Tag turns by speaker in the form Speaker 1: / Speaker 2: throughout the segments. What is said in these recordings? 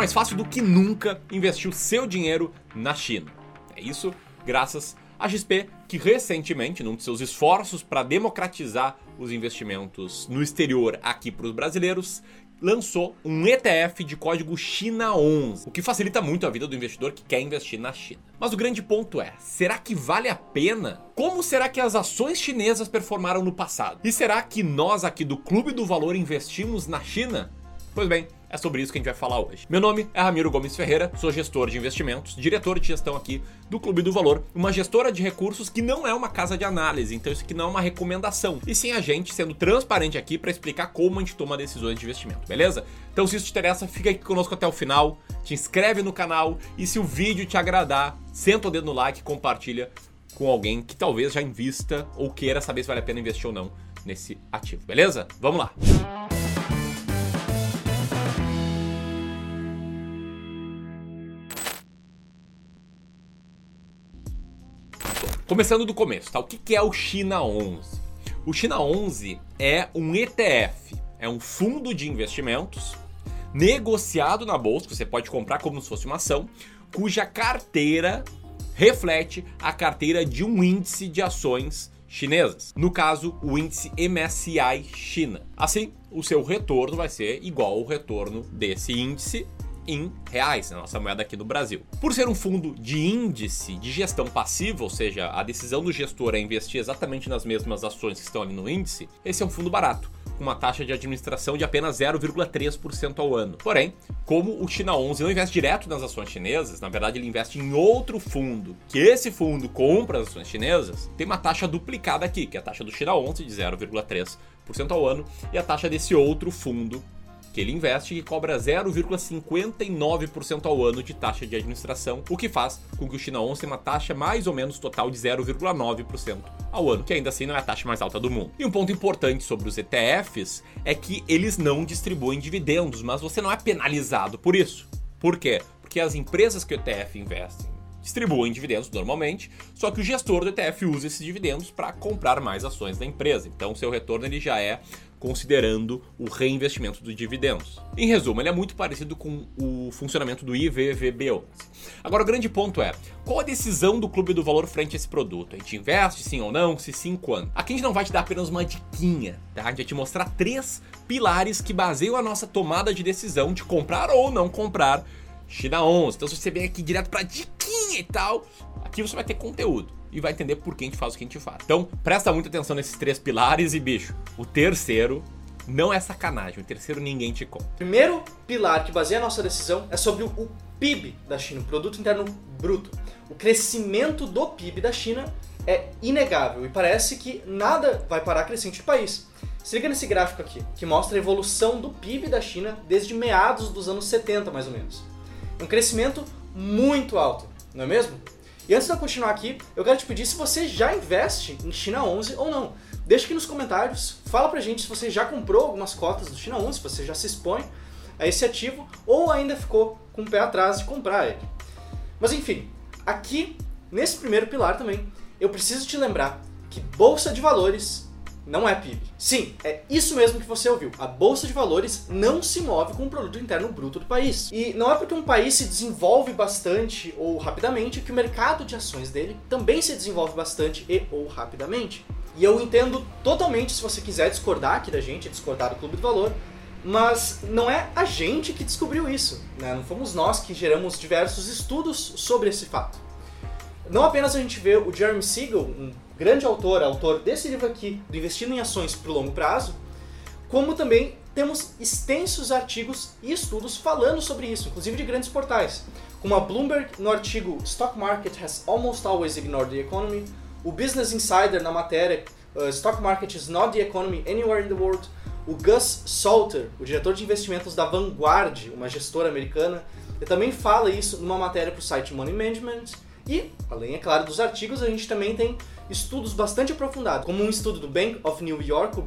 Speaker 1: mais fácil do que nunca investir o seu dinheiro na China. É isso graças a XP, que recentemente, num de seus esforços para democratizar os investimentos no exterior aqui para os brasileiros, lançou um ETF de código China11, o que facilita muito a vida do investidor que quer investir na China. Mas o grande ponto é, será que vale a pena? Como será que as ações chinesas performaram no passado? E será que nós aqui do Clube do Valor investimos na China? Pois bem, é sobre isso que a gente vai falar hoje. Meu nome é Ramiro Gomes Ferreira, sou gestor de investimentos, diretor de gestão aqui do Clube do Valor, uma gestora de recursos que não é uma casa de análise, então isso aqui não é uma recomendação, e sim a gente sendo transparente aqui para explicar como a gente toma decisões de investimento, beleza? Então se isso te interessa, fica aqui conosco até o final, te inscreve no canal e se o vídeo te agradar, senta o dedo no like e compartilha com alguém que talvez já invista ou queira saber se vale a pena investir ou não nesse ativo, beleza? Vamos lá! Começando do começo, tá? O que é o China11? O China11 é um ETF, é um fundo de investimentos negociado na bolsa, que você pode comprar como se fosse uma ação, cuja carteira reflete a carteira de um índice de ações chinesas. No caso, o índice MSCI China. Assim, o seu retorno vai ser igual ao retorno desse índice em reais, na nossa moeda aqui no Brasil. Por ser um fundo de índice de gestão passiva, ou seja, a decisão do gestor é investir exatamente nas mesmas ações que estão ali no índice, esse é um fundo barato, com uma taxa de administração de apenas 0,3% ao ano. Porém, como o China11 não investe direto nas ações chinesas, na verdade ele investe em outro fundo, que esse fundo compra as ações chinesas, tem uma taxa duplicada aqui, que é a taxa do China11 de 0,3% ao ano, e a taxa desse outro fundo que ele investe, que cobra 0,59% ao ano de taxa de administração, o que faz com que o China11 tenha uma taxa mais ou menos total de 0,9% ao ano, que ainda assim não é a taxa mais alta do mundo. E um ponto importante sobre os ETFs é que eles não distribuem dividendos, mas você não é penalizado por isso. Por quê? Porque as empresas que o ETF investem distribuem dividendos normalmente, só que o gestor do ETF usa esses dividendos para comprar mais ações da empresa. Então o seu retorno ele já é considerando o reinvestimento dos dividendos. Em resumo, ele é muito parecido com o funcionamento do IVVB11. Agora o grande ponto é, qual a decisão do Clube do Valor frente a esse produto? A gente investe sim ou não? Se sim, quando? Aqui a gente não vai te dar apenas uma diquinha, tá? A gente vai te mostrar 3 pilares que baseiam a nossa tomada de decisão de comprar ou não comprar China11. Então se você vem aqui direto pra diquinha e tal, aqui você vai ter conteúdo e vai entender por que a gente faz o que a gente faz. Então presta muita atenção nesses 3 pilares e bicho, o terceiro não é sacanagem, o terceiro ninguém te conta.
Speaker 2: Primeiro pilar que baseia a nossa decisão é sobre o PIB da China, o Produto Interno Bruto. O crescimento do PIB da China é inegável e parece que nada vai parar crescente do país. Se liga nesse gráfico aqui, que mostra a evolução do PIB da China desde meados dos anos 70, mais ou menos. Um crescimento muito alto, não é mesmo? E antes de eu continuar aqui, eu quero te pedir se você já investe em China11 ou não. Deixa aqui nos comentários, fala pra gente se você já comprou algumas cotas do China11, se você já se expõe a esse ativo ou ainda ficou com o pé atrás de comprar ele. Mas enfim, aqui nesse primeiro pilar também, eu preciso te lembrar que Bolsa de Valores não é PIB. Sim, é isso mesmo que você ouviu. A Bolsa de Valores não se move com o Produto Interno Bruto do país. E não é porque um país se desenvolve bastante ou rapidamente que o mercado de ações dele também se desenvolve bastante e ou rapidamente. E eu entendo totalmente se você quiser discordar aqui da gente, discordar do Clube do Valor, mas não é a gente que descobriu isso, né? Não fomos nós que geramos diversos estudos sobre esse fato. Não apenas a gente vê o Jeremy Siegel, um grande autor desse livro aqui, do Investindo em Ações para o Longo Prazo, como também temos extensos artigos e estudos falando sobre isso, inclusive de grandes portais, como a Bloomberg no artigo Stock Market has almost always ignored the economy, o Business Insider na matéria Stock Market is not the economy anywhere in the world, o Gus Salter, o diretor de investimentos da Vanguard, uma gestora americana, ele também fala isso numa matéria para o site Money Management. E, além, é claro, dos artigos, a gente também tem estudos bastante aprofundados, como um estudo do Bank of New York, o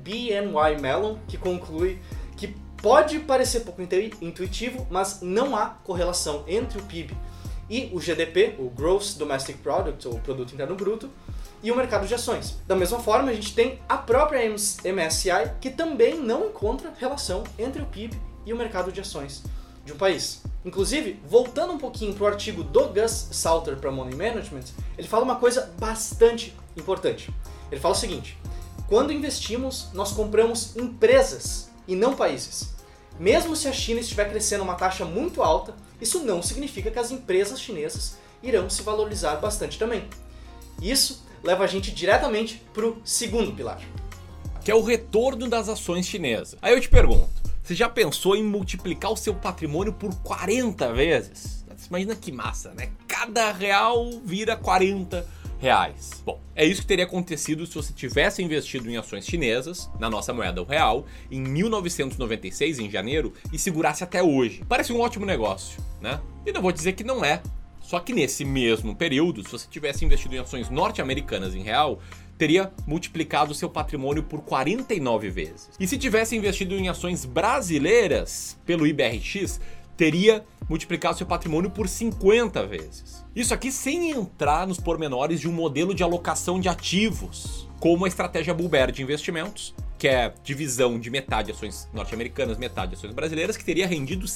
Speaker 2: BNY Mellon, que conclui que pode parecer pouco intuitivo, mas não há correlação entre o PIB e o GDP, o Gross Domestic Product, ou Produto Interno Bruto, e o mercado de ações. Da mesma forma, a gente tem a própria MSCI, que também não encontra relação entre o PIB e o mercado de ações. de um país. Inclusive, voltando um pouquinho para o artigo do Gus Salter para Money Management, ele fala uma coisa bastante importante. Ele fala o seguinte: quando investimos, nós compramos empresas e não países. Mesmo se a China estiver crescendo uma taxa muito alta, isso não significa que as empresas chinesas irão se valorizar bastante também. Isso leva a gente diretamente para o segundo pilar,
Speaker 1: que é o retorno das ações chinesas. Aí eu te pergunto, você já pensou em multiplicar o seu patrimônio por 40 vezes? Você imagina que massa, né? Cada real vira 40 reais. Bom, é isso que teria acontecido se você tivesse investido em ações chinesas, na nossa moeda, o real, em 1996, em janeiro, e segurasse até hoje. Parece um ótimo negócio, né? E não vou dizer que não é. Só que nesse mesmo período, se você tivesse investido em ações norte-americanas em real, teria multiplicado seu patrimônio por 49 vezes. E se tivesse investido em ações brasileiras pelo IBRX, teria multiplicado seu patrimônio por 50 vezes. Isso aqui sem entrar nos pormenores de um modelo de alocação de ativos, como a estratégia Bull Bear de investimentos, que é divisão de metade ações norte-americanas, metade ações brasileiras, que teria rendido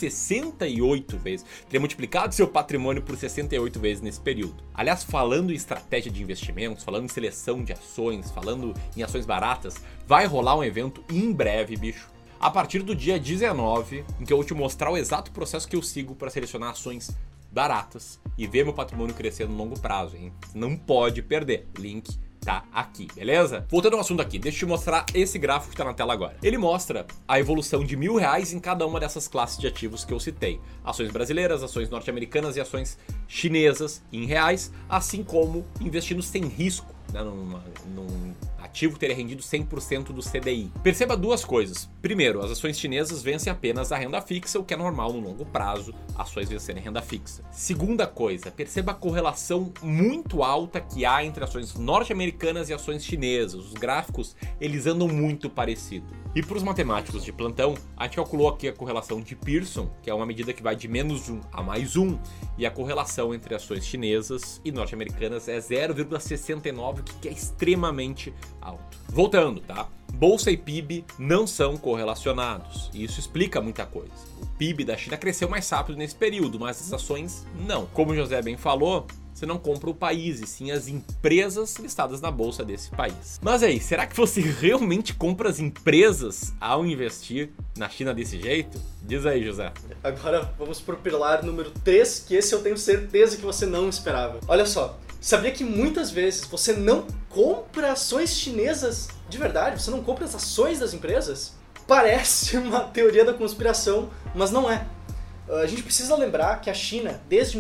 Speaker 1: 68 vezes. Teria multiplicado seu patrimônio por 68 vezes nesse período. Aliás, falando em estratégia de investimentos, falando em seleção de ações, falando em ações baratas, vai rolar um evento em breve, bicho. A partir do dia 19, em que eu vou te mostrar o exato processo que eu sigo para selecionar ações baratas e ver meu patrimônio crescer no longo prazo, hein? Não pode perder. Link tá aqui, beleza? Voltando ao assunto aqui, deixa eu te mostrar esse gráfico que tá na tela agora. Ele mostra a evolução de R$1.000 em cada uma dessas classes de ativos que eu citei. Ações brasileiras, ações norte-americanas e ações chinesas em reais, assim como investindo sem risco, né, num ativo teria rendido 100% do CDI. Perceba duas coisas. Primeiro, as ações chinesas vencem apenas a renda fixa, o que é normal no longo prazo, ações vencerem renda fixa. Segunda coisa, perceba a correlação muito alta que há entre ações norte-americanas e ações chinesas. Os gráficos, eles andam muito parecidos. E para os matemáticos de plantão, a gente calculou aqui a correlação de Pearson, que é uma medida que vai de -1 a +1, e a correlação entre ações chinesas e norte-americanas é 0,69, que é extremamente alto. Voltando, tá? Bolsa e PIB não são correlacionados, e isso explica muita coisa. O PIB da China cresceu mais rápido nesse período, mas as ações não. Como o José bem falou, você não compra o país, e sim as empresas listadas na bolsa desse país. Mas aí, será que você realmente compra as empresas ao investir na China desse jeito? Diz aí, José.
Speaker 2: Agora vamos pro pilar número 3, que esse eu tenho certeza que você não esperava. Olha só, sabia que muitas vezes você não compra ações chinesas de verdade? Você não compra as ações das empresas? Parece uma teoria da conspiração, mas não é. A gente precisa lembrar que a China, desde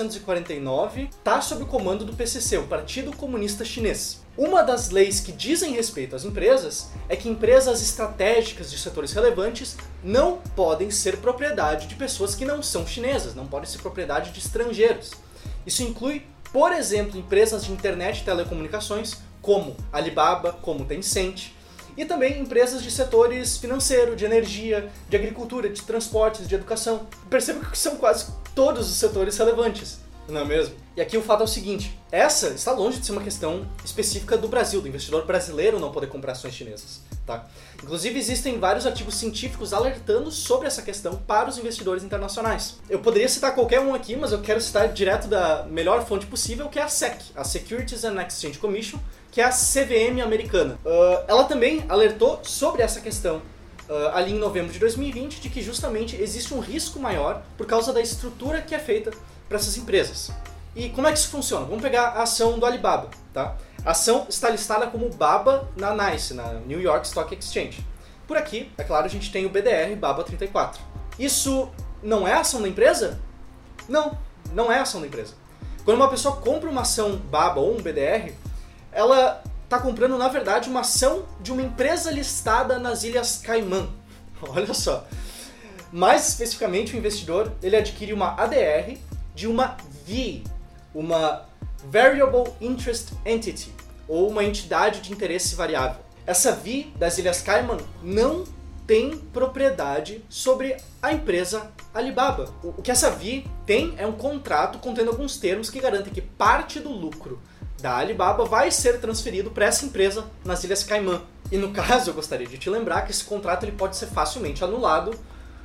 Speaker 2: 1949, está sob o comando do PCC, o Partido Comunista Chinês. Uma das leis que dizem respeito às empresas é que empresas estratégicas de setores relevantes não podem ser propriedade de pessoas que não são chinesas, não podem ser propriedade de estrangeiros. Isso inclui, por exemplo, empresas de internet e telecomunicações, como Alibaba, como Tencent, e também empresas de setores financeiro, de energia, de agricultura, de transportes, de educação. Perceba que são quase todos os setores relevantes, não é mesmo? E aqui o fato é o seguinte, essa está longe de ser uma questão específica do Brasil, do investidor brasileiro não poder comprar ações chinesas, tá? Inclusive existem vários artigos científicos alertando sobre essa questão para os investidores internacionais. Eu poderia citar qualquer um aqui, mas eu quero citar direto da melhor fonte possível, que é a SEC, a Securities and Exchange Commission, que é a CVM americana. Ela também alertou sobre essa questão ali em novembro de 2020, de que justamente existe um risco maior por causa da estrutura que é feita para essas empresas. E como é que isso funciona? Vamos pegar a ação do Alibaba, tá? A ação está listada como BABA na NYSE, na New York Stock Exchange. Por aqui, é claro, a gente tem o BDR BABA 34. Isso não é ação da empresa? Não, não é ação da empresa. Quando uma pessoa compra uma ação BABA ou um BDR, ela está comprando, na verdade, uma ação de uma empresa listada nas Ilhas Caimã. Olha só. Mais especificamente, o investidor ele adquire uma ADR de uma VI, uma Variable Interest Entity, ou uma entidade de interesse variável. Essa VI das Ilhas Caimã não tem propriedade sobre a empresa Alibaba. O que essa VI tem é um contrato contendo alguns termos que garantem que parte do lucro da Alibaba vai ser transferido para essa empresa nas Ilhas Caimã. E no caso, eu gostaria de te lembrar que esse contrato ele pode ser facilmente anulado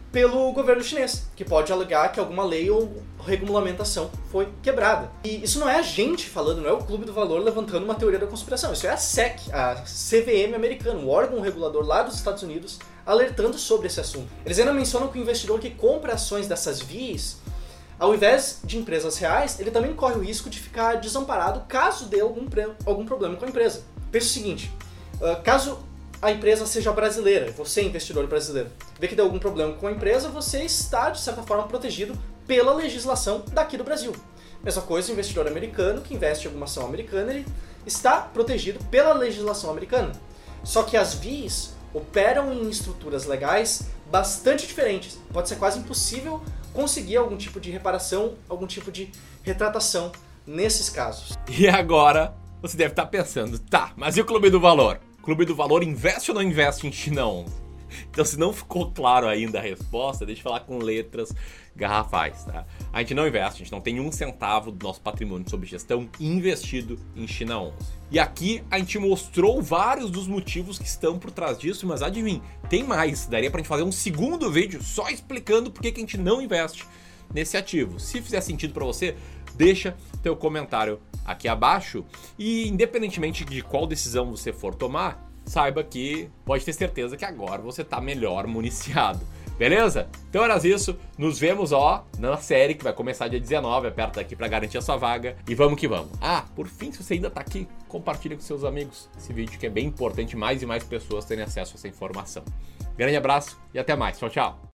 Speaker 2: pelo governo chinês, que pode alegar que alguma lei ou regulamentação foi quebrada. E isso não é a gente falando, não é o Clube do Valor levantando uma teoria da conspiração, isso é a SEC, a CVM americana, o órgão regulador lá dos Estados Unidos, alertando sobre esse assunto. Eles ainda mencionam que o investidor que compra ações dessas VIs, ao invés de empresas reais, ele também corre o risco de ficar desamparado caso dê algum problema com a empresa. Pensa o seguinte, caso a empresa seja brasileira, você investidor brasileiro, vê que deu algum problema com a empresa, você está, de certa forma, protegido pela legislação daqui do Brasil. Mesma coisa o investidor americano que investe em alguma ação americana, ele está protegido pela legislação americana. Só que as VIs operam em estruturas legais bastante diferentes. Pode ser quase impossível conseguir algum tipo de reparação, algum tipo de retratação nesses casos.
Speaker 1: E agora você deve estar pensando, tá, mas e o Clube do Valor? O Clube do Valor investe ou não investe em China 11? Então, se não ficou claro ainda a resposta, deixa eu falar com letras garrafais, tá? A gente não investe, a gente não tem 1 centavo do nosso patrimônio sob gestão investido em China 11. E aqui a gente mostrou vários dos motivos que estão por trás disso, mas adivinha, tem mais. Daria pra gente fazer um segundo vídeo só explicando por que a gente não investe nesse ativo. Se fizer sentido pra você, deixa teu comentário aqui abaixo e independentemente de qual decisão você for tomar, saiba que pode ter certeza que agora você tá melhor municiado. Beleza? Então era isso, nos vemos na série que vai começar dia 19, aperta aqui pra garantir a sua vaga e vamos que vamos. Ah, por fim, se você ainda tá aqui, compartilha com seus amigos esse vídeo que é bem importante, mais e mais pessoas terem acesso a essa informação. Grande abraço e até mais, tchau, tchau!